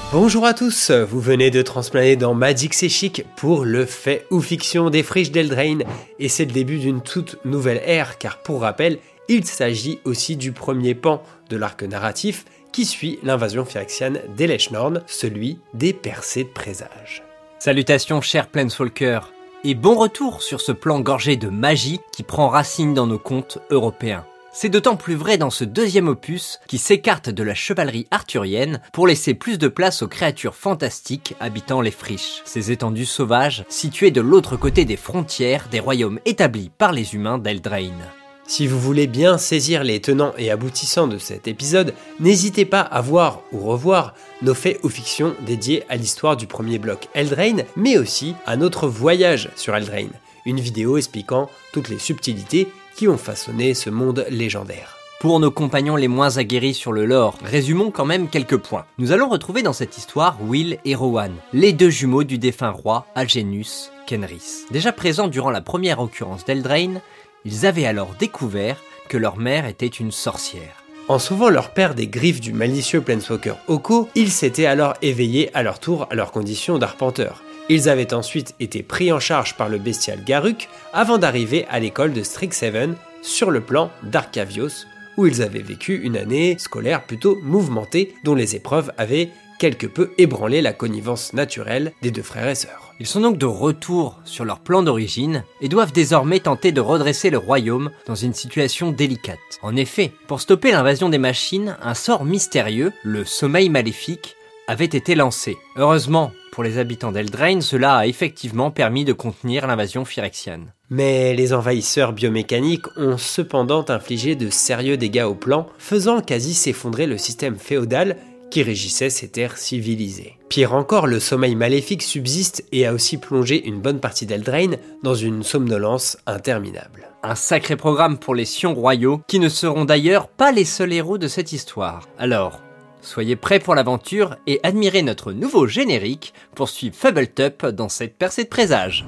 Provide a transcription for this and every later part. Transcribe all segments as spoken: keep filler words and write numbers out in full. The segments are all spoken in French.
Bonjour à tous, vous venez de transplaner dans Magic C'est Chic pour le fait ou fiction des friches d'Eldraine et c'est le début d'une toute nouvelle ère car pour rappel, il s'agit aussi du premier pan de l'arc narratif qui suit l'invasion phyrexiane d'Elesh-Norn, celui des percées de présage. Salutations chers Planeswalkers et bon retour sur ce plan gorgé de magie qui prend racine dans nos contes européens. C'est d'autant plus vrai dans ce deuxième opus qui s'écarte de la chevalerie arthurienne pour laisser plus de place aux créatures fantastiques habitant les friches, ces étendues sauvages situées de l'autre côté des frontières des royaumes établis par les humains d'Eldraine. Si vous voulez bien saisir les tenants et aboutissants de cet épisode, n'hésitez pas à voir ou revoir nos faits ou fictions dédiés à l'histoire du premier bloc Eldraine, mais aussi à notre voyage sur Eldraine, une vidéo expliquant toutes les subtilités qui ont façonné ce monde légendaire. Pour nos compagnons les moins aguerris sur le lore, résumons quand même quelques points. Nous allons retrouver dans cette histoire Will et Rowan, les deux jumeaux du défunt roi Algenus Kenrith. Déjà présents durant la première occurrence d'Eldraine, ils avaient alors découvert que leur mère était une sorcière. En sauvant leur père des griffes du malicieux Planeswalker Oko, ils s'étaient alors éveillés à leur tour à leur condition d'arpenteurs. Ils avaient ensuite été pris en charge par le bestial Garruk avant d'arriver à l'école de Strixhaven sur le plan d'Arcavios, où ils avaient vécu une année scolaire plutôt mouvementée dont les épreuves avaient quelque peu ébranlé la connivence naturelle des deux frères et sœurs. Ils sont donc de retour sur leur plan d'origine et doivent désormais tenter de redresser le royaume dans une situation délicate. En effet, pour stopper l'invasion des machines, un sort mystérieux, le sommeil maléfique, avait été lancé. Heureusement, pour les habitants d'Eldraine, cela a effectivement permis de contenir l'invasion phyrexiane. Mais les envahisseurs biomécaniques ont cependant infligé de sérieux dégâts au plan, faisant quasi s'effondrer le système féodal qui régissait ces terres civilisées. Pire encore, le sommeil maléfique subsiste et a aussi plongé une bonne partie d'Eldraine dans une somnolence interminable. Un sacré programme pour les Sions royaux, qui ne seront d'ailleurs pas les seuls héros de cette histoire. Alors, soyez prêts pour l'aventure et admirez notre nouveau générique pour suivre Fabbletop dans cette percée de présage.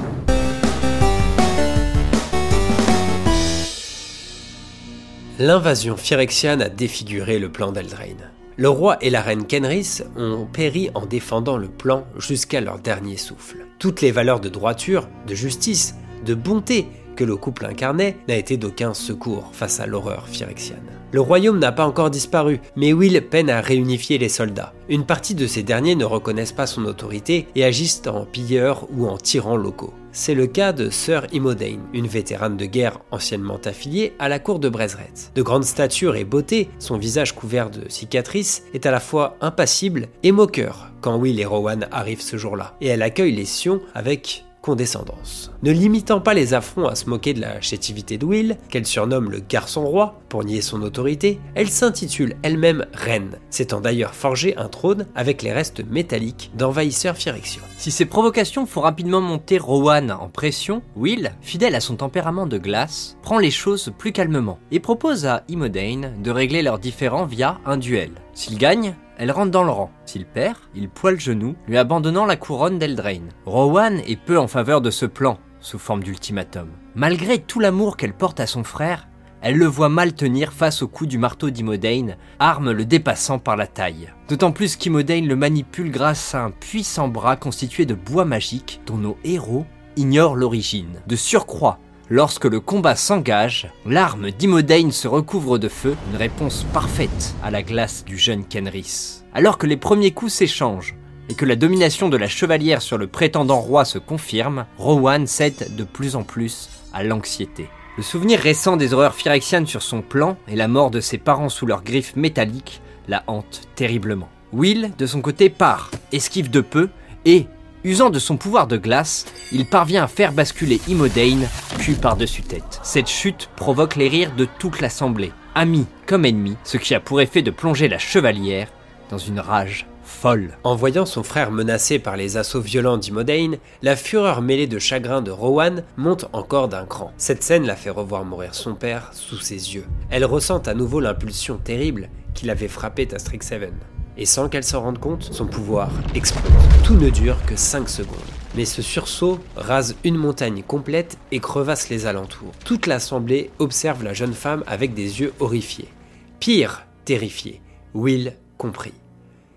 L'invasion phyrexiane a défiguré le plan d'Eldraine. Le roi et la reine Kenrith ont péri en défendant le plan jusqu'à leur dernier souffle. Toutes les valeurs de droiture, de justice, de bonté que le couple incarnait n'a été d'aucun secours face à l'horreur phyrexiane. Le royaume n'a pas encore disparu, mais Will peine à réunifier les soldats. Une partie de ces derniers ne reconnaissent pas son autorité et agissent en pilleurs ou en tyrans locaux. C'est le cas de Sir Imodain, une vétérane de guerre anciennement affiliée à la cour de Brezret. De grande stature et beauté, son visage couvert de cicatrices est à la fois impassible et moqueur quand Will et Rowan arrivent ce jour-là, et elle accueille les Sions avec condescendance. Ne limitant pas les affronts à se moquer de la chétivité de Will, qu'elle surnomme le garçon roi pour nier son autorité, elle s'intitule elle-même reine, s'étant d'ailleurs forgé un trône avec les restes métalliques d'envahisseurs phyrexians. Si ces provocations font rapidement monter Rowan en pression, Will, fidèle à son tempérament de glace, prend les choses plus calmement et propose à Imodain de régler leurs différends via un duel. S'il gagne, elle rentre dans le rang. S'il perd, il ploie le genou, lui abandonnant la couronne d'Eldraine. Rowan est peu en faveur de ce plan, sous forme d'ultimatum. Malgré tout l'amour qu'elle porte à son frère, elle le voit mal tenir face au coup du marteau d'Imodain, arme le dépassant par la taille. D'autant plus qu'Imodain le manipule grâce à un puissant bras constitué de bois magique dont nos héros ignorent l'origine. De surcroît, lorsque le combat s'engage, l'arme d'Imodain se recouvre de feu, une réponse parfaite à la glace du jeune Kenrith. Alors que les premiers coups s'échangent et que la domination de la chevalière sur le prétendant roi se confirme, Rowan cède de plus en plus à l'anxiété. Le souvenir récent des horreurs phyrexianes sur son plan et la mort de ses parents sous leurs griffes métalliques la hantent terriblement. Will, de son côté, part, esquive de peu et, usant de son pouvoir de glace, il parvient à faire basculer Imodain, cul par-dessus tête. Cette chute provoque les rires de toute l'assemblée, amis comme ennemis, ce qui a pour effet de plonger la chevalière dans une rage folle. En voyant son frère menacé par les assauts violents d'Imodain, la fureur mêlée de chagrin de Rowan monte encore d'un cran. Cette scène la fait revoir mourir son père sous ses yeux. Elle ressent à nouveau l'impulsion terrible qui l'avait frappée à Strixhaven. Et sans qu'elle s'en rende compte, son pouvoir explose. Tout ne dure que cinq secondes. Mais ce sursaut rase une montagne complète et crevasse les alentours. Toute l'assemblée observe la jeune femme avec des yeux horrifiés. Pire, terrifiés. Will compris.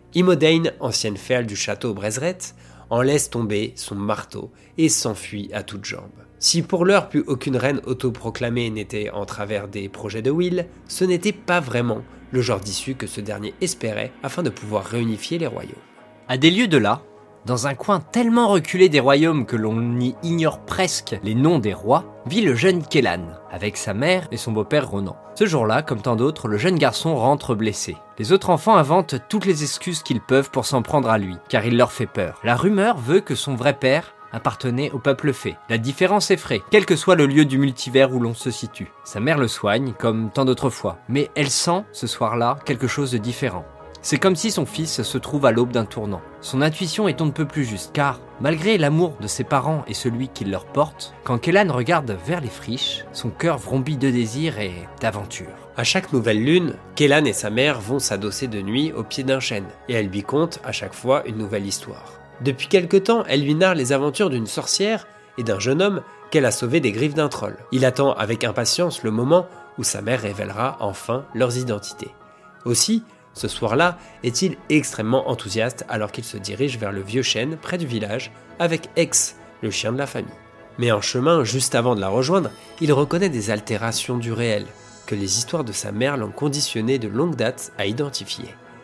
Imodain, ancienne ferle du château Brezret, en laisse tomber son marteau et s'enfuit à toutes jambes. Si pour l'heure plus aucune reine autoproclamée n'était en travers des projets de Will, ce n'était pas vraiment le genre d'issue que ce dernier espérait afin de pouvoir réunifier les royaumes. À des lieues de là, dans un coin tellement reculé des royaumes que l'on y ignore presque les noms des rois, vit le jeune Kellan, avec sa mère et son beau-père Ronan. Ce jour-là, comme tant d'autres, le jeune garçon rentre blessé. Les autres enfants inventent toutes les excuses qu'ils peuvent pour s'en prendre à lui, car il leur fait peur. La rumeur veut que son vrai père appartenait au peuple fée. La différence effraie, quel que soit le lieu du multivers où l'on se situe. Sa mère le soigne, comme tant d'autres fois, mais elle sent, ce soir-là, quelque chose de différent. C'est comme si son fils se trouve à l'aube d'un tournant. Son intuition est on ne peut plus juste, car, malgré l'amour de ses parents et celui qu'il leur porte, quand Kellan regarde vers les friches, son cœur vrombit de désir et d'aventure. À chaque nouvelle lune, Kellan et sa mère vont s'adosser de nuit au pied d'un chêne, et elle lui conte à chaque fois une nouvelle histoire. Depuis quelque temps, elle lui narre les aventures d'une sorcière et d'un jeune homme qu'elle a sauvé des griffes d'un troll. Il attend avec impatience le moment où sa mère révélera enfin leurs identités. Aussi, ce soir-là, est-il extrêmement enthousiaste alors qu'il se dirige vers le vieux chêne près du village avec Ex, le chien de la famille. Mais en chemin, juste avant de la rejoindre, il reconnaît des altérations du réel, que les histoires de sa mère l'ont conditionné de longue date à identifier.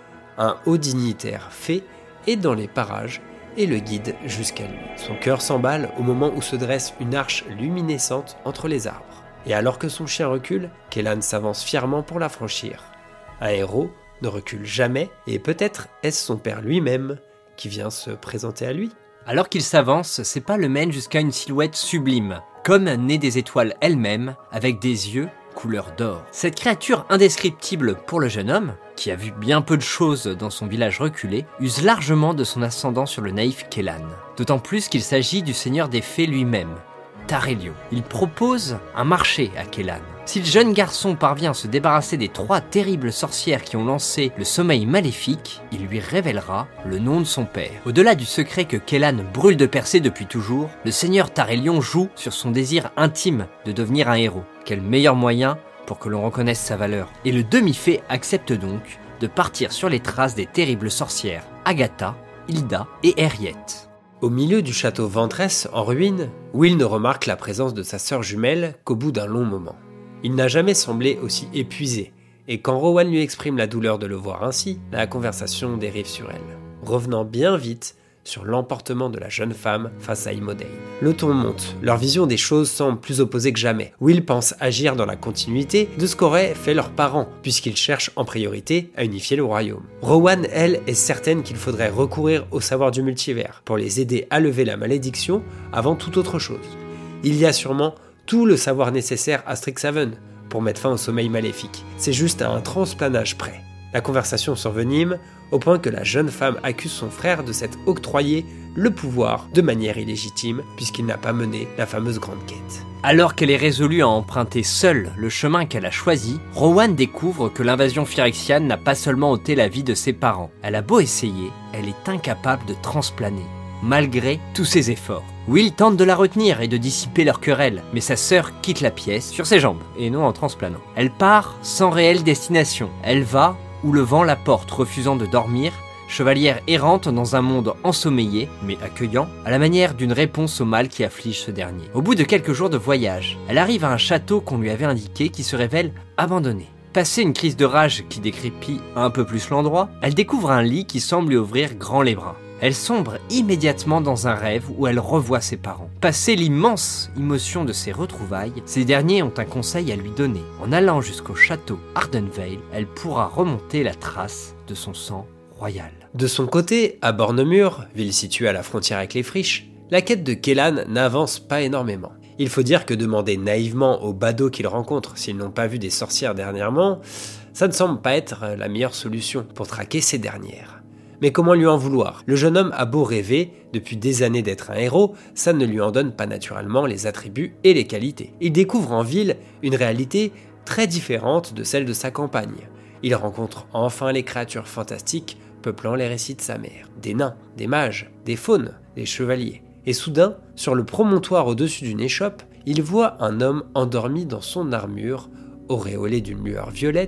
Un haut dignitaire fée est dans les parages et le guide jusqu'à lui. Son cœur s'emballe au moment où se dresse une arche luminescente entre les arbres. Et alors que son chien recule, Kellan s'avance fièrement pour la franchir. Un héros ne recule jamais, et peut-être est-ce son père lui-même qui vient se présenter à lui. Alors qu'il s'avance, ses pas le mènent jusqu'à une silhouette sublime, comme née des étoiles elles-mêmes, avec des yeux couleur d'or. Cette créature indescriptible pour le jeune homme, qui a vu bien peu de choses dans son village reculé, use largement de son ascendant sur le naïf Kellan. D'autant plus qu'il s'agit du seigneur des fées lui-même, Tarelion. Il propose un marché à Kellan. Si le jeune garçon parvient à se débarrasser des trois terribles sorcières qui ont lancé le sommeil maléfique, il lui révélera le nom de son père. Au-delà du secret que Kellan brûle de percer depuis toujours, le seigneur Tarelion joue sur son désir intime de devenir un héros. Quel meilleur moyen pour que l'on reconnaisse sa valeur. Et le demi-fée accepte donc de partir sur les traces des terribles sorcières Agatha, Hilda et Henriette. Au milieu du château Ventress, en ruine, Will ne remarque la présence de sa sœur jumelle qu'au bout d'un long moment. Il n'a jamais semblé aussi épuisé, et quand Rowan lui exprime la douleur de le voir ainsi, la conversation dérive sur elle, revenant bien vite sur l'emportement de la jeune femme face à Imodain. Le ton monte, leur vision des choses semble plus opposée que jamais. Will pense agir dans la continuité de ce qu'auraient fait leurs parents, puisqu'ils cherchent en priorité à unifier le royaume. Rowan, elle, est certaine qu'il faudrait recourir au savoir du multivers pour les aider à lever la malédiction avant toute autre chose. Il y a sûrement tout le savoir nécessaire à Strixhaven pour mettre fin au sommeil maléfique. C'est juste à un transplanage près. La conversation s'envenime au point que la jeune femme accuse son frère de s'être octroyé le pouvoir de manière illégitime puisqu'il n'a pas mené la fameuse grande quête. Alors qu'elle est résolue à emprunter seule le chemin qu'elle a choisi, Rowan découvre que l'invasion phyrexiane n'a pas seulement ôté la vie de ses parents. Elle a beau essayer, elle est incapable de transplaner, malgré tous ses efforts. Will tente de la retenir et de dissiper leur querelle, mais sa sœur quitte la pièce sur ses jambes, et non en transplanant. Elle part sans réelle destination. Elle va où le vent la porte, refusant de dormir, chevalière errante dans un monde ensommeillé, mais accueillant, à la manière d'une réponse au mal qui afflige ce dernier. Au bout de quelques jours de voyage, elle arrive à un château qu'on lui avait indiqué qui se révèle abandonné. Passée une crise de rage qui décrépit un peu plus l'endroit, elle découvre un lit qui semble lui ouvrir grand les bras. Elle sombre immédiatement dans un rêve où elle revoit ses parents. Passé l'immense émotion de ces retrouvailles, ces derniers ont un conseil à lui donner. En allant jusqu'au château Ardenvale, elle pourra remonter la trace de son sang royal. De son côté, à Bornemur, ville située à la frontière avec les friches, la quête de Kellan n'avance pas énormément. Il faut dire que demander naïvement aux badauds qu'ils rencontrent s'ils n'ont pas vu des sorcières dernièrement, ça ne semble pas être la meilleure solution pour traquer ces dernières. Mais comment lui en vouloir? Le jeune homme a beau rêver, depuis des années d'être un héros, ça ne lui en donne pas naturellement les attributs et les qualités. Il découvre en ville une réalité très différente de celle de sa campagne. Il rencontre enfin les créatures fantastiques peuplant les récits de sa mère. Des nains, des mages, des faunes, des chevaliers. Et soudain, sur le promontoire au-dessus d'une échoppe, il voit un homme endormi dans son armure, auréolé d'une lueur violette,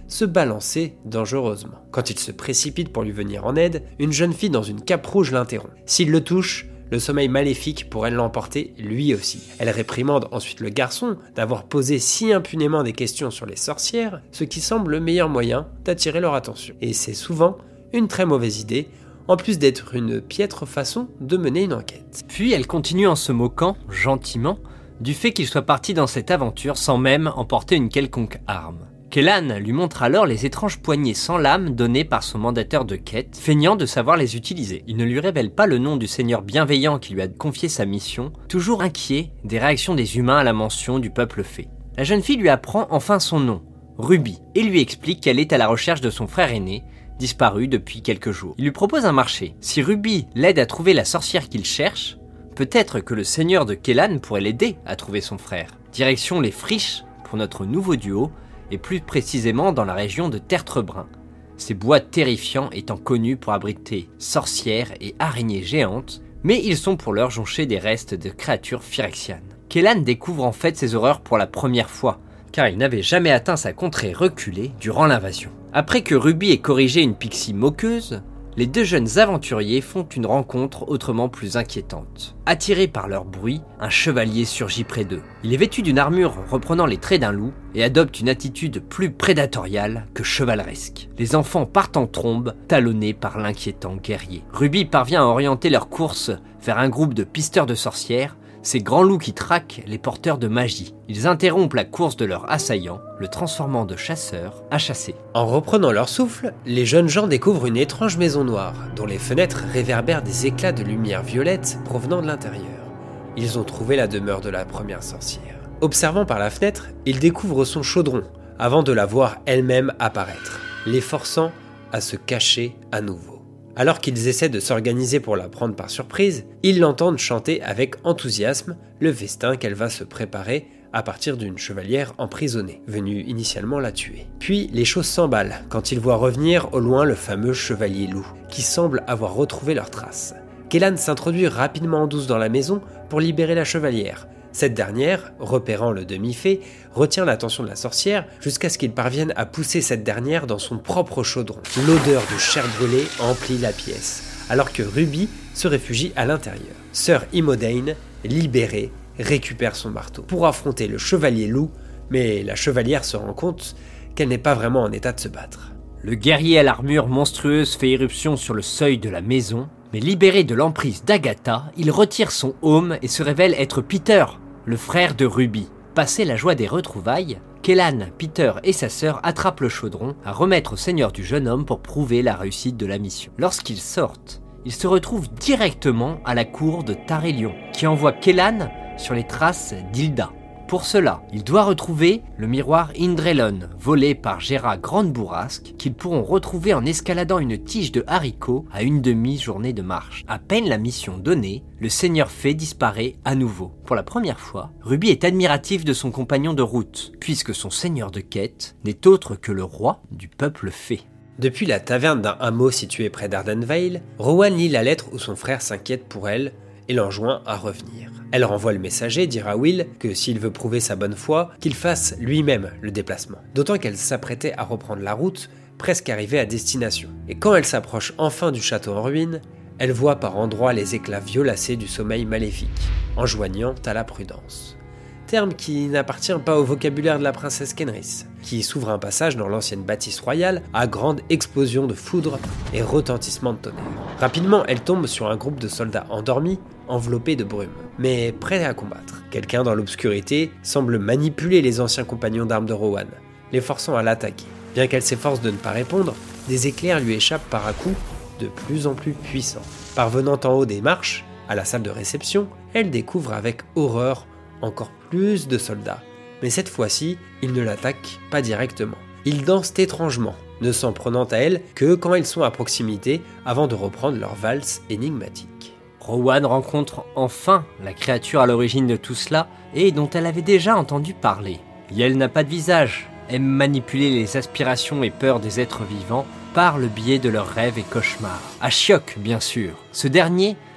se balancer dangereusement. Quand il se précipite pour lui venir en aide, une jeune fille dans une cape rouge l'interrompt. S'il le touche, le sommeil maléfique pourrait l'emporter lui aussi. Elle réprimande ensuite le garçon d'avoir posé si impunément des questions sur les sorcières, ce qui semble le meilleur moyen d'attirer leur attention. Et c'est souvent une très mauvaise idée, en plus d'être une piètre façon de mener une enquête. Puis elle continue en se moquant, gentiment, du fait qu'il soit parti dans cette aventure sans même emporter une quelconque arme. Kellan lui montre alors les étranges poignées sans lame données par son mandateur de quête, feignant de savoir les utiliser. Il ne lui révèle pas le nom du seigneur bienveillant qui lui a confié sa mission, toujours inquiet des réactions des humains à la mention du peuple fée. La jeune fille lui apprend enfin son nom, Ruby, et lui explique qu'elle est à la recherche de son frère aîné, disparu depuis quelques jours. Il lui propose un marché. Si Ruby l'aide à trouver la sorcière qu'il cherche, peut-être que le seigneur de Kellan pourrait l'aider à trouver son frère. Direction les friches pour notre nouveau duo, et plus précisément dans la région de Tertrebrun, ces bois terrifiants étant connus pour abriter sorcières et araignées géantes, mais ils sont pour l'heure jonchés des restes de créatures phyrexianes. Kellan découvre en fait ces horreurs pour la première fois, car il n'avait jamais atteint sa contrée reculée durant l'invasion. Après que Ruby ait corrigé une pixie moqueuse, les deux jeunes aventuriers font une rencontre autrement plus inquiétante. Attiré par leur bruit, un chevalier surgit près d'eux. Il est vêtu d'une armure reprenant les traits d'un loup et adopte une attitude plus prédatoriale que chevaleresque. Les enfants partent en trombe, talonnés par l'inquiétant guerrier. Ruby parvient à orienter leur course vers un groupe de pisteurs de sorcières, ces grands loups qui traquent les porteurs de magie. Ils interrompent la course de leur assaillant, le transformant de chasseur à chassé. En reprenant leur souffle, les jeunes gens découvrent une étrange maison noire, dont les fenêtres réverbèrent des éclats de lumière violette provenant de l'intérieur. Ils ont trouvé la demeure de la première sorcière. Observant par la fenêtre, ils découvrent son chaudron, avant de la voir elle-même apparaître, les forçant à se cacher à nouveau. Alors qu'ils essaient de s'organiser pour la prendre par surprise, ils l'entendent chanter avec enthousiasme le festin qu'elle va se préparer à partir d'une chevalière emprisonnée, venue initialement la tuer. Puis les choses s'emballent quand ils voient revenir au loin le fameux chevalier loup, qui semble avoir retrouvé leurs traces. Kellan s'introduit rapidement en douce dans la maison pour libérer la chevalière. Cette dernière, repérant le demi-fée, retient l'attention de la sorcière jusqu'à ce qu'il parvienne à pousser cette dernière dans son propre chaudron. L'odeur de chair brûlée emplit la pièce, alors que Ruby se réfugie à l'intérieur. Sœur Imodain, libérée, récupère son marteau pour affronter le chevalier loup, mais la chevalière se rend compte qu'elle n'est pas vraiment en état de se battre. Le guerrier à l'armure monstrueuse fait irruption sur le seuil de la maison, mais libéré de l'emprise d'Agatha, il retire son aume et se révèle être Peter, le frère de Ruby. Passé la joie des retrouvailles, Kellan, Peter et sa sœur attrapent le chaudron à remettre au seigneur du jeune homme pour prouver la réussite de la mission. Lorsqu'ils sortent, ils se retrouvent directement à la cour de Tarélion, qui envoie Kellan sur les traces d'Hilda. Pour cela, il doit retrouver le miroir Indrelon, volé par Gera Grande Bourrasque, qu'ils pourront retrouver en escaladant une tige de haricots à une demi-journée de marche. À peine la mission donnée, le seigneur fée disparaît à nouveau. Pour la première fois, Ruby est admiratif de son compagnon de route, puisque son seigneur de quête n'est autre que le roi du peuple fée. Depuis la taverne d'un hameau situé près d'Ardenvale, Rowan lit la lettre où son frère s'inquiète pour elle et l'enjoint à revenir. Elle renvoie le messager dire à Will que s'il veut prouver sa bonne foi, qu'il fasse lui-même le déplacement. D'autant qu'elle s'apprêtait à reprendre la route, presque arrivée à destination. Et quand elle s'approche enfin du château en ruine, elle voit par endroits les éclats violacés du sommeil maléfique, enjoignant à la prudence. Terme qui n'appartient pas au vocabulaire de la princesse Kenris, qui s'ouvre un passage dans l'ancienne bâtisse royale à grande explosion de foudre et retentissement de tonnerre. Rapidement, elle tombe sur un groupe de soldats endormis, enveloppés de brume, mais prêts à combattre. Quelqu'un dans l'obscurité semble manipuler les anciens compagnons d'armes de Rowan, les forçant à l'attaquer. Bien qu'elle s'efforce de ne pas répondre, des éclairs lui échappent par à coups de plus en plus puissants. Parvenant en haut des marches, à la salle de réception, elle découvre avec horreur encore plus de soldats. Mais cette fois-ci, ils ne l'attaquent pas directement. Ils dansent étrangement, ne s'en prenant à elle que quand ils sont à proximité avant de reprendre leur valse énigmatique. Rowan rencontre enfin la créature à l'origine de tout cela et dont elle avait déjà entendu parler. Yel n'a pas de visage, aime manipuler les aspirations et peurs des êtres vivants par le biais de leurs rêves et cauchemars. Ashiok, bien sûr. Ce dernier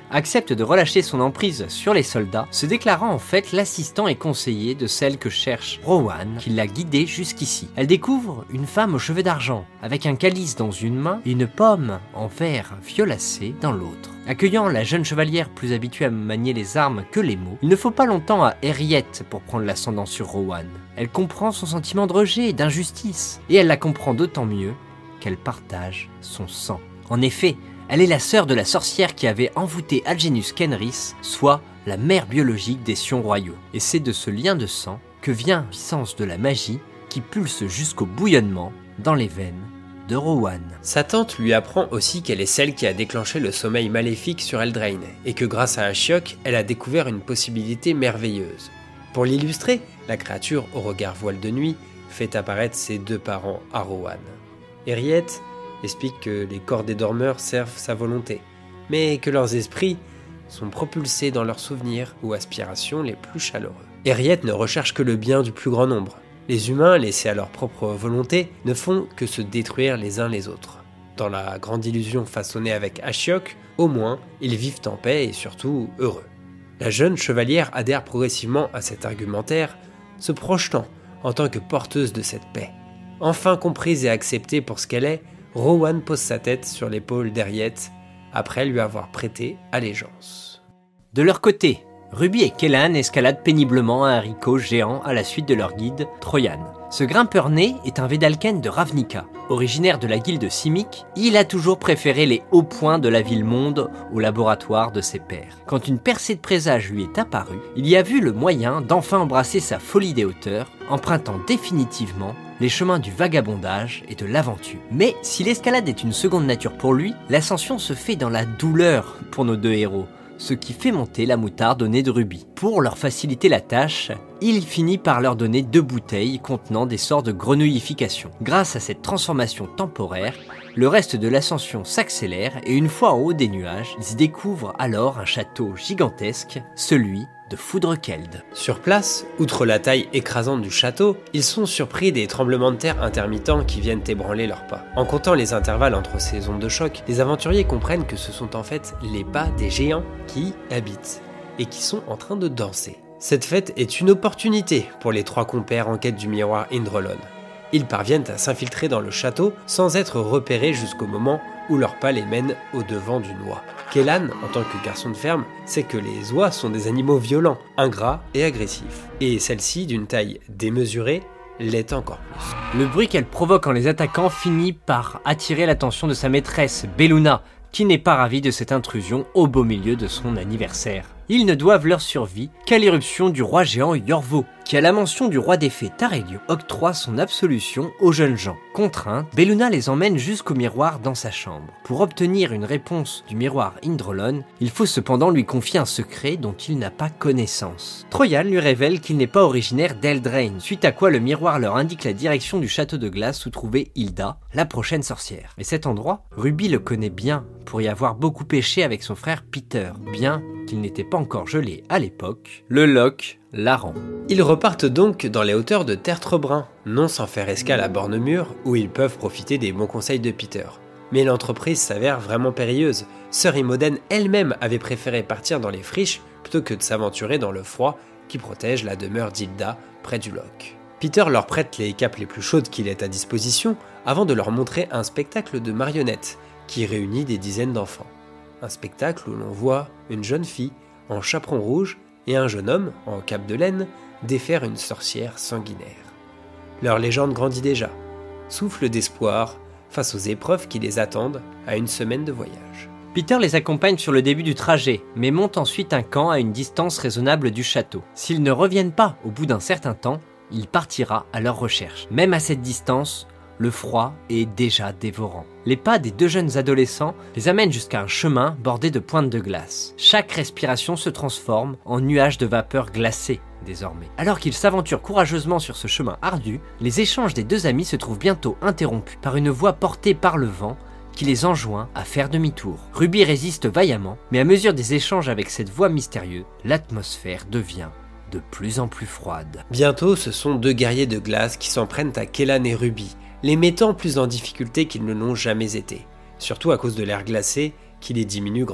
accepte de relâcher son emprise sur les soldats, se déclarant en fait l'assistant et conseiller de celle que cherche Rowan, qui l'a guidée jusqu'ici. Elle découvre une femme aux cheveux d'argent, avec un calice dans une main et une pomme en verre violacé dans l'autre. Accueillant la jeune chevalière plus habituée à manier les armes que les mots, il ne faut pas longtemps à Henriette pour prendre l'ascendant sur Rowan. Elle comprend son sentiment de rejet et d'injustice, et elle la comprend d'autant mieux qu'elle partage son sang. En effet, elle est la sœur de la sorcière qui avait envoûté Algenus Kenrith, soit la mère biologique des Sions royaux. Et c'est de ce lien de sang que vient la puissance de la magie qui pulse jusqu'au bouillonnement dans les veines de Rowan. Sa tante lui apprend aussi qu'elle est celle qui a déclenché le sommeil maléfique sur Eldraine, et que grâce à Ashiok, elle a découvert une possibilité merveilleuse. Pour l'illustrer, la créature au regard voile de nuit fait apparaître ses deux parents à Rowan. Henriette explique que les corps des dormeurs servent sa volonté, mais que leurs esprits sont propulsés dans leurs souvenirs ou aspirations les plus chaleureux. Henriette ne recherche que le bien du plus grand nombre. Les humains, laissés à leur propre volonté, ne font que se détruire les uns les autres. Dans la grande illusion façonnée avec Ashiok, au moins, ils vivent en paix et surtout heureux. La jeune chevalière adhère progressivement à cet argumentaire, se projetant en tant que porteuse de cette paix. Enfin comprise et acceptée pour ce qu'elle est, Rowan pose sa tête sur l'épaule d'Henriette, après lui avoir prêté allégeance. De leur côté, Ruby et Kellan escaladent péniblement un haricot géant à la suite de leur guide, Troyan. Ce grimpeur né est un Vedalken de Ravnica. Originaire de la guilde Simic, il a toujours préféré les hauts points de la ville-monde au laboratoire de ses pairs. Quand une percée de présage lui est apparue, il y a vu le moyen d'enfin embrasser sa folie des hauteurs, empruntant définitivement les chemins du vagabondage et de l'aventure. Mais si l'escalade est une seconde nature pour lui, l'ascension se fait dans la douleur pour nos deux héros, ce qui fait monter la moutarde au nez de Ruby. Pour leur faciliter la tâche, il finit par leur donner deux bouteilles contenant des sorts de grenouillification. Grâce à cette transformation temporaire, le reste de l'ascension s'accélère et une fois en haut des nuages, ils découvrent alors un château gigantesque, celui de Foudrekeld. Sur place, outre la taille écrasante du château, ils sont surpris des tremblements de terre intermittents qui viennent ébranler leurs pas. En comptant les intervalles entre ces ondes de choc, les aventuriers comprennent que ce sont en fait les pas des géants qui y habitent et qui sont en train de danser. Cette fête est une opportunité pour les trois compères en quête du miroir Indrolon. Ils parviennent à s'infiltrer dans le château sans être repérés jusqu'au moment où leur pas les mène au-devant d'une oie. Kellan, en tant que garçon de ferme, sait que les oies sont des animaux violents, ingrats et agressifs. Et celle-ci, d'une taille démesurée, l'est encore plus. Le bruit qu'elle provoque en les attaquant finit par attirer l'attention de sa maîtresse, Belluna, qui n'est pas ravie de cette intrusion au beau milieu de son anniversaire. Ils ne doivent leur survie qu'à l'irruption du roi géant Yorvo, qui à la mention du roi des fées Tarelio octroie son absolution aux jeunes gens. Contrainte, Belluna les emmène jusqu'au miroir dans sa chambre. Pour obtenir une réponse du miroir Indrolon, il faut cependant lui confier un secret dont il n'a pas connaissance. Troyan lui révèle qu'il n'est pas originaire d'Eldraine, suite à quoi le miroir leur indique la direction du château de glace où trouver Hilda, la prochaine sorcière. Et cet endroit, Ruby le connaît bien, pour y avoir beaucoup pêché avec son frère Peter, bien qu'il n'était pas encore gelé à l'époque, le loch la rend. Ils repartent donc dans les hauteurs de Tertrebrun, non sans faire escale à Bornemur, où ils peuvent profiter des bons conseils de Peter. Mais l'entreprise s'avère vraiment périlleuse. Sœur Imoden elle-même avait préféré partir dans les friches plutôt que de s'aventurer dans le froid qui protège la demeure d'Hilda près du loch. Peter leur prête les capes les plus chaudes qu'il ait à disposition avant de leur montrer un spectacle de marionnettes qui réunit des dizaines d'enfants. Un spectacle où l'on voit une jeune fille en chaperon rouge et un jeune homme en cape de laine défaire une sorcière sanguinaire. Leur légende grandit déjà, souffle d'espoir face aux épreuves qui les attendent à une semaine de voyage. Peter les accompagne sur le début du trajet, mais monte ensuite un camp à une distance raisonnable du château. S'ils ne reviennent pas au bout d'un certain temps, il partira à leur recherche. Même à cette distance, le froid est déjà dévorant. Les pas des deux jeunes adolescents les amènent jusqu'à un chemin bordé de pointes de glace. Chaque respiration se transforme en nuage de vapeur glacée, désormais. Alors qu'ils s'aventurent courageusement sur ce chemin ardu, les échanges des deux amis se trouvent bientôt interrompus par une voix portée par le vent qui les enjoint à faire demi-tour. Ruby résiste vaillamment, mais à mesure des échanges avec cette voix mystérieuse, l'atmosphère devient de plus en plus froide. Bientôt, ce sont deux guerriers de glace qui s'en prennent à Kellan et Ruby, les mettant plus en difficulté qu'ils ne l'ont jamais été, surtout à cause de l'air glacé qui les diminue grandement.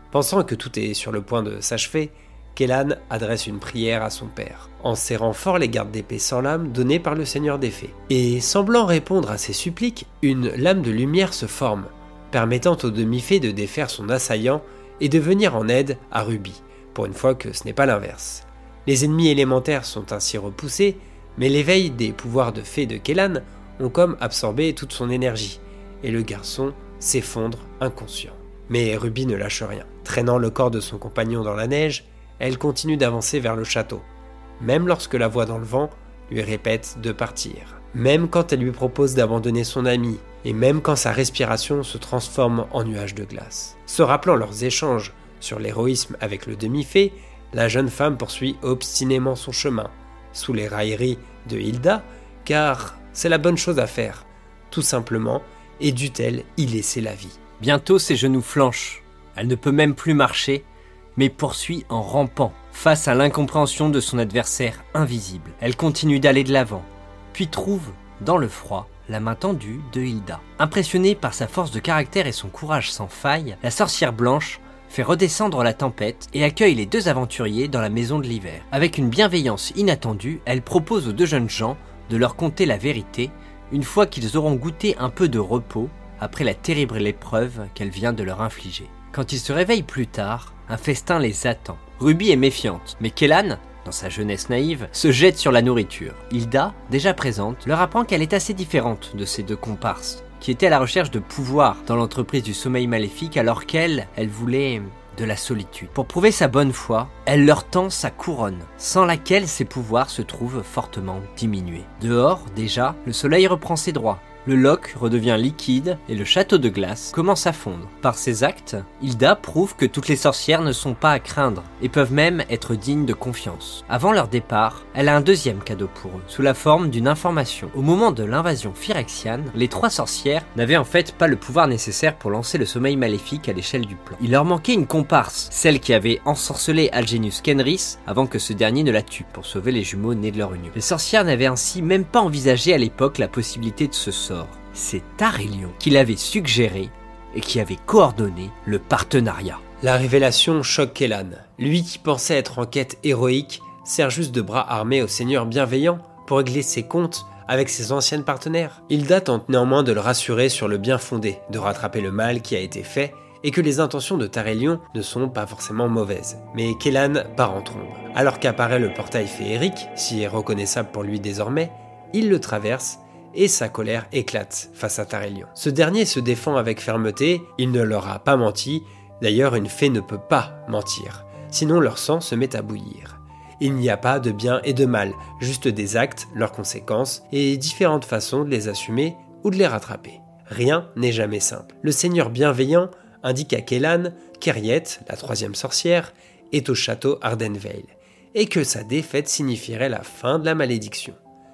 Pensant que tout est sur le point de s'achever, Kellan adresse une prière à son père, en serrant fort les gardes d'épée sans lame données par le seigneur des fées. Et semblant répondre à ses suppliques, une lame de lumière se forme, permettant au demi-fée de défaire son assaillant et de venir en aide à Ruby, pour une fois que ce n'est pas l'inverse. Les ennemis élémentaires sont ainsi repoussés, mais l'éveil des pouvoirs de fée de Kellan ont comme absorbé toute son énergie, et le garçon s'effondre inconscient. Mais Ruby ne lâche rien. Traînant le corps de son compagnon dans la neige, elle continue d'avancer vers le château, même lorsque la voix dans le vent lui répète de partir. Même quand elle lui propose d'abandonner son ami, et même quand sa respiration se transforme en nuage de glace. Se rappelant leurs échanges sur l'héroïsme avec le demi-fée, la jeune femme poursuit obstinément son chemin, sous les railleries de Hilda, car c'est la bonne chose à faire, tout simplement, et dut-elle y laisser la vie. Bientôt ses genoux flanchent, elle ne peut même plus marcher, mais poursuit en rampant, face à l'incompréhension de son adversaire invisible. Elle continue d'aller de l'avant, puis trouve, dans le froid, la main tendue de Hilda. Impressionnée par sa force de caractère et son courage sans faille, la sorcière blanche fait redescendre la tempête et accueille les deux aventuriers dans la maison de l'hiver. Avec une bienveillance inattendue, elle propose aux deux jeunes gens de leur conter la vérité une fois qu'ils auront goûté un peu de repos après la terrible épreuve qu'elle vient de leur infliger. Quand ils se réveillent plus tard, un festin les attend. Ruby est méfiante, mais Kellan, dans sa jeunesse naïve, se jette sur la nourriture. Hilda, déjà présente, leur apprend qu'elle est assez différente de ses deux comparses, qui étaient à la recherche de pouvoir dans l'entreprise du sommeil maléfique alors qu'elle, elle voulait de la solitude. Pour prouver sa bonne foi, elle leur tend sa couronne, sans laquelle ses pouvoirs se trouvent fortement diminués. Dehors, déjà, le soleil reprend ses droits. Le loch redevient liquide et le château de glace commence à fondre. Par ses actes, Hilda prouve que toutes les sorcières ne sont pas à craindre et peuvent même être dignes de confiance. Avant leur départ, elle a un deuxième cadeau pour eux, sous la forme d'une information. Au moment de l'invasion phyrexiane, les trois sorcières n'avaient en fait pas le pouvoir nécessaire pour lancer le sommeil maléfique à l'échelle du plan. Il leur manquait une comparse, celle qui avait ensorcelé Algenius Kenrith avant que ce dernier ne la tue pour sauver les jumeaux nés de leur union. Les sorcières n'avaient ainsi même pas envisagé à l'époque la possibilité de ce sort. C'est Tarélion qui l'avait suggéré et qui avait coordonné le partenariat. La révélation choque Kellan. Lui qui pensait être en quête héroïque sert juste de bras armé au seigneur bienveillant pour régler ses comptes avec ses anciennes partenaires. Hilda tente néanmoins de le rassurer sur le bien fondé, de rattraper le mal qui a été fait et que les intentions de Tarélion ne sont pas forcément mauvaises. Mais Kellan part en trombe. Alors qu'apparaît le portail féerique, si reconnaissable pour lui désormais, il le traverse et sa colère éclate face à Tarélion. Ce dernier se défend avec fermeté, il ne leur a pas menti, d'ailleurs une fée ne peut pas mentir, sinon leur sang se met à bouillir. Il n'y a pas de bien et de mal, juste des actes, leurs conséquences, et différentes façons de les assumer ou de les rattraper. Rien n'est jamais simple. Le seigneur bienveillant indique à Kellan qu'Henriette, la troisième sorcière, est au château Ardenvale, et que sa défaite signifierait la fin de la malédiction.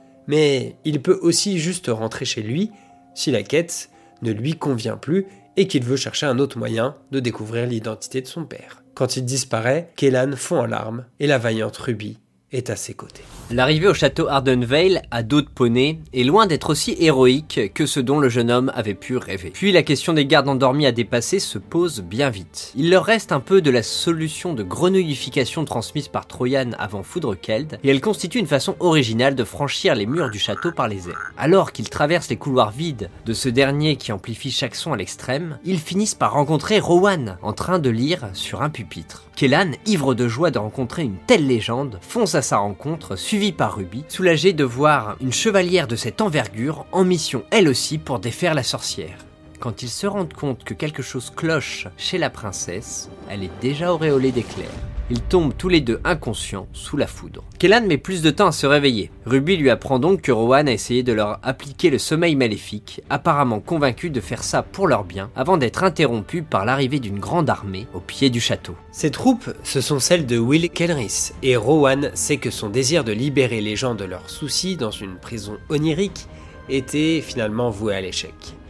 Mais il peut aussi juste rentrer chez lui si la quête ne lui convient plus et qu'il veut chercher un autre moyen de découvrir l'identité de son père. Quand il disparaît, Kellan fond en larmes et la vaillante Ruby est à ses côtés. L'arrivée au château Ardenvale à dos de poney est loin d'être aussi héroïque que ce dont le jeune homme avait pu rêver. Puis la question des gardes endormis à dépasser se pose bien vite. Il leur reste un peu de la solution de grenouillification transmise par Troyan avant Foudrekeld, et elle constitue une façon originale de franchir les murs du château par les airs. Alors qu'ils traversent les couloirs vides de ce dernier qui amplifie chaque son à l'extrême, ils finissent par rencontrer Rowan en train de lire sur un pupitre. Kellan, ivre de joie de rencontrer une telle légende, fonce à sa rencontre, suivi par Ruby, soulagée de voir une chevalière de cette envergure en mission elle aussi pour défaire la sorcière. Quand ils se rendent compte que quelque chose cloche chez la princesse, elle est déjà auréolée d'éclairs. Ils tombent tous les deux inconscients sous la foudre. Kellan met plus de temps à se réveiller. Ruby lui apprend donc que Rowan a essayé de leur appliquer le sommeil maléfique, apparemment convaincu de faire ça pour leur bien, avant d'être interrompu par l'arrivée d'une grande armée au pied du château. Ces troupes, ce sont celles de Will Kenrith, et Rowan sait que son désir de libérer les gens de leurs soucis dans une prison onirique était finalement voué à l'échec.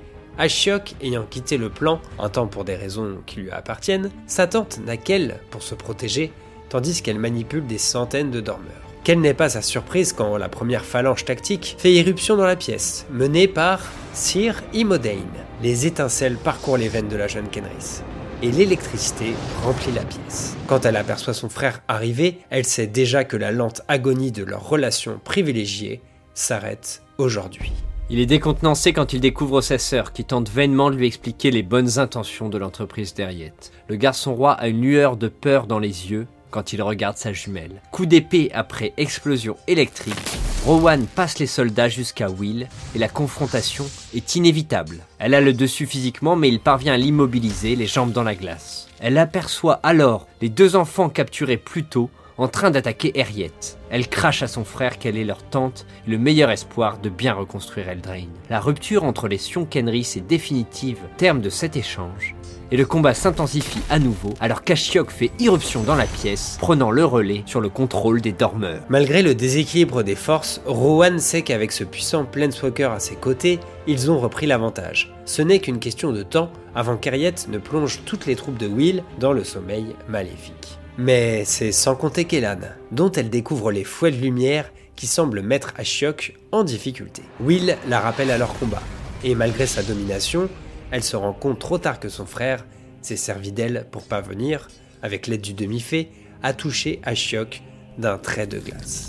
Ashiok, ayant quitté le plan, un temps pour des raisons qui lui appartiennent, sa tante n'a qu'elle pour se protéger, tandis qu'elle manipule des centaines de dormeurs. Quelle n'est pas sa surprise quand la première phalange tactique fait irruption dans la pièce, menée par Sir Imodain. Les étincelles parcourent les veines de la jeune Kenrith. et l'électricité remplit la pièce. Quand elle aperçoit son frère arriver, elle sait déjà que la lente agonie de leur relation privilégiée s'arrête aujourd'hui. Il est décontenancé quand il découvre sa sœur, qui tente vainement de lui expliquer les bonnes intentions de l'entreprise d'Harriet. Le garçon roi a une lueur de peur dans les yeux quand il regarde sa jumelle. Coup d'épée après explosion électrique, Rowan passe les soldats jusqu'à Will et la confrontation est inévitable. Elle a le dessus physiquement, mais il parvient à l'immobiliser, les jambes dans la glace. Elle aperçoit alors les deux enfants capturés plus tôt en train d'attaquer Harriet. Elle crache à son frère qu'elle est leur tante et le meilleur espoir de bien reconstruire Eldraine. La rupture entre les Sion-Kenrith est définitive, terme de cet échange, et le combat s'intensifie à nouveau alors qu'Ashiok fait irruption dans la pièce, prenant le relais sur le contrôle des dormeurs. Malgré le déséquilibre des forces, Rowan sait qu'avec ce puissant Planeswalker à ses côtés, ils ont repris l'avantage. Ce n'est qu'une question de temps avant qu'Harriet ne plonge toutes les troupes de Will dans le sommeil maléfique. Mais c'est sans compter Kellan, dont elle découvre les fouets de lumière qui semblent mettre Ashiok en difficulté. Will la rappelle à leur combat, et malgré sa domination, elle se rend compte trop tard que son frère s'est servi d'elle pour parvenir, avec l'aide du demi-fée, à toucher Ashiok d'un trait de glace.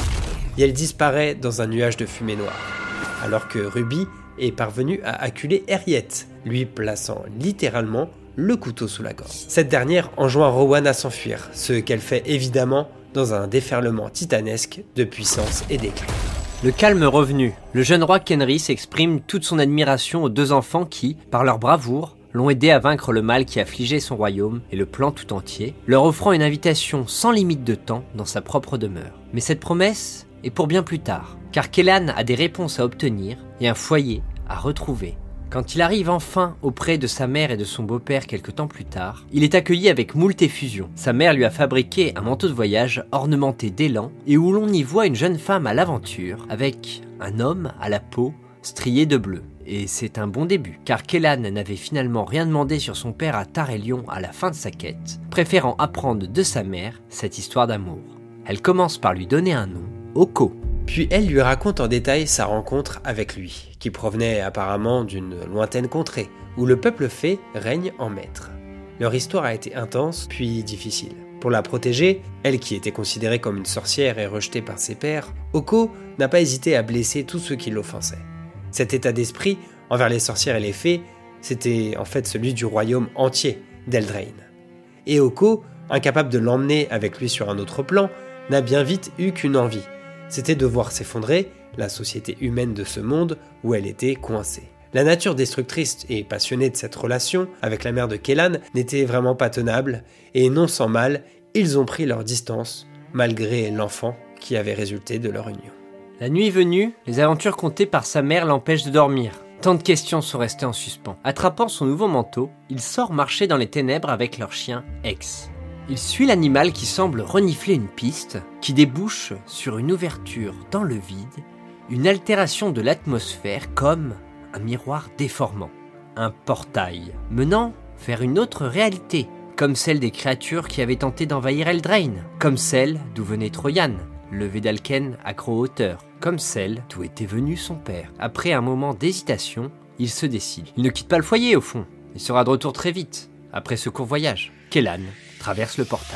Et elle disparaît dans un nuage de fumée noire, alors que Ruby est parvenue à acculer Harriet, lui plaçant littéralement le couteau sous la gorge. Cette dernière enjoint Rowan à s'enfuir, ce qu'elle fait évidemment dans un déferlement titanesque de puissance et d'éclat. Le calme revenu, le jeune roi Kenrith exprime toute son admiration aux deux enfants qui, par leur bravoure, l'ont aidé à vaincre le mal qui affligeait son royaume et le plan tout entier, leur offrant une invitation sans limite de temps dans sa propre demeure. Mais cette promesse est pour bien plus tard, car Kellan a des réponses à obtenir et un foyer à retrouver. Quand il arrive enfin auprès de sa mère et de son beau-père quelque temps plus tard, il est accueilli avec moult effusion. Sa mère lui a fabriqué un manteau de voyage ornementé d'élans et où l'on y voit une jeune femme à l'aventure avec un homme à la peau striée de bleu. Et c'est un bon début, car Kellan n'avait finalement rien demandé sur son père à Tarelion à la fin de sa quête, préférant apprendre de sa mère cette histoire d'amour. Elle commence par lui donner un nom, Oko. Puis elle lui raconte en détail sa rencontre avec lui, qui provenait apparemment d'une lointaine contrée, où le peuple fée règne en maître. Leur histoire a été intense, puis difficile. Pour la protéger, elle qui était considérée comme une sorcière et rejetée par ses pairs, Oko n'a pas hésité à blesser tous ceux qui l'offensaient. Cet état d'esprit envers les sorcières et les fées, c'était en fait celui du royaume entier d'Eldraine. Et Oko, incapable de l'emmener avec lui sur un autre plan, n'a bien vite eu qu'une envie. C'était de voir s'effondrer la société humaine de ce monde où elle était coincée. La nature destructrice et passionnée de cette relation avec la mère de Kellan n'était vraiment pas tenable, et non sans mal, ils ont pris leur distance, malgré l'enfant qui avait résulté de leur union. La nuit venue, les aventures contées par sa mère l'empêchent de dormir. Tant de questions sont restées en suspens. Attrapant son nouveau manteau, il sort marcher dans les ténèbres avec leur chien X. Il suit l'animal qui semble renifler une piste, qui débouche sur une ouverture dans le vide, une altération de l'atmosphère comme un miroir déformant. Un portail menant vers une autre réalité, comme celle des créatures qui avaient tenté d'envahir Eldraine, comme celle d'où venait Troyan, le Vedalken à gros-hauteur, comme celle d'où était venu son père. Après un moment d'hésitation, il se décide. Il ne quitte pas le foyer au fond, il sera de retour très vite, après ce court voyage. Kellan traverse le portail.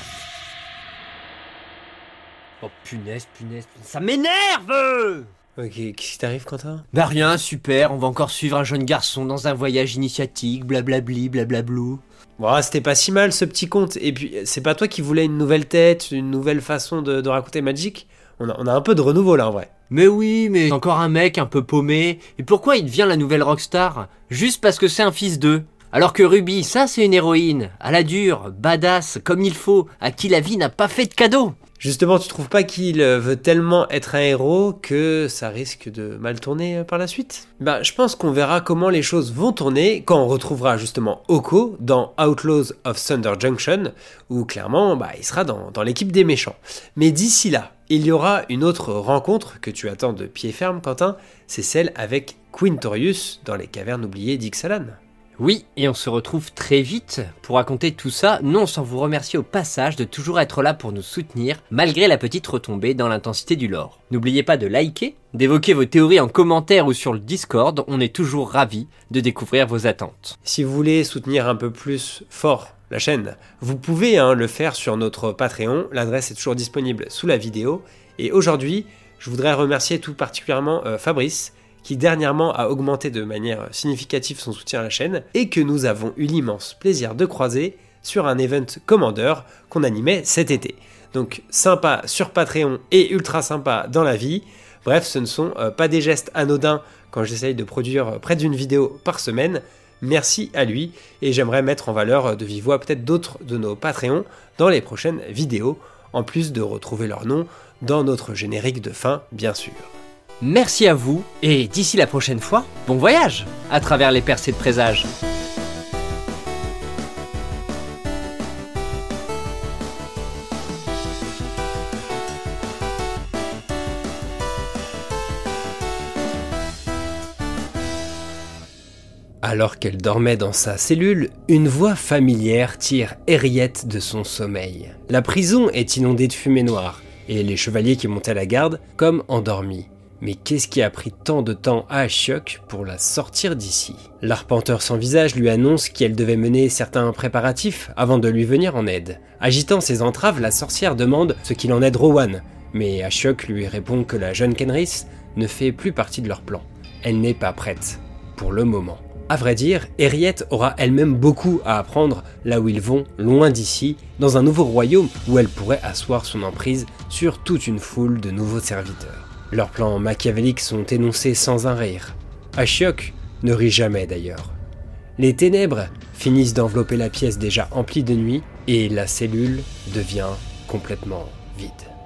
Oh punaise, punaise, punaise, ça m'énerve! Ok, qu'est-ce qui t'arrive, Quentin? Bah rien, super, on va encore suivre un jeune garçon dans un voyage initiatique, blablabli, blablablou. Bon, c'était pas si mal ce petit conte, et puis c'est pas toi qui voulais une nouvelle tête, une nouvelle façon de, de raconter Magic? On a, on a un peu de renouveau là en vrai. Mais oui, mais encore un mec un peu paumé, et pourquoi il devient la nouvelle rockstar? Juste parce que c'est un fils d'eux. Alors que Ruby, ça c'est une héroïne, à la dure, badass, comme il faut, à qui la vie n'a pas fait de cadeau. Justement, tu trouves pas qu'il veut tellement être un héros que ça risque de mal tourner par la suite? Bah, je pense qu'on verra comment les choses vont tourner quand on retrouvera justement Oko dans Outlaws of Thunder Junction, où clairement, bah, il sera dans, dans l'équipe des méchants. Mais d'ici là, il y aura une autre rencontre que tu attends de pied ferme, Quentin, c'est celle avec Quintorius dans les cavernes oubliées d'Ixalan. Oui, et on se retrouve très vite pour raconter tout ça, non sans vous remercier au passage de toujours être là pour nous soutenir, malgré la petite retombée dans l'intensité du lore. N'oubliez pas de liker, d'évoquer vos théories en commentaire ou sur le Discord, on est toujours ravis de découvrir vos attentes. Si vous voulez soutenir un peu plus fort la chaîne, vous pouvez hein, le faire sur notre Patreon, l'adresse est toujours disponible sous la vidéo, et aujourd'hui, je voudrais remercier tout particulièrement euh, Fabrice, qui dernièrement a augmenté de manière significative son soutien à la chaîne, et que nous avons eu l'immense plaisir de croiser sur un event Commander qu'on animait cet été. Donc sympa sur Patreon et ultra sympa dans la vie. Bref, ce ne sont euh, pas des gestes anodins quand j'essaye de produire près d'une vidéo par semaine. Merci à lui, et j'aimerais mettre en valeur de vive voix peut-être d'autres de nos Patreons dans les prochaines vidéos, en plus de retrouver leur nom dans notre générique de fin, bien sûr. Merci à vous, et d'ici la prochaine fois, bon voyage à travers les percées de présages. Alors qu'elle dormait dans sa cellule, une voix familière tire Henriette de son sommeil. La prison est inondée de fumée noire, et les chevaliers qui montaient la garde comme endormis. Mais qu'est-ce qui a pris tant de temps à Ashiok pour la sortir d'ici? L'arpenteur sans visage lui annonce qu'elle devait mener certains préparatifs avant de lui venir en aide. Agitant ses entraves, la sorcière demande ce qu'il en est de Rowan, mais Ashiok lui répond que la jeune Kenris ne fait plus partie de leur plan. Elle n'est pas prête, pour le moment. À vrai dire, Henriette aura elle-même beaucoup à apprendre là où ils vont, loin d'ici, dans un nouveau royaume où elle pourrait asseoir son emprise sur toute une foule de nouveaux serviteurs. Leurs plans machiavéliques sont énoncés sans un rire. Ashiok ne rit jamais d'ailleurs. Les ténèbres finissent d'envelopper la pièce déjà emplie de nuit et la cellule devient complètement vide.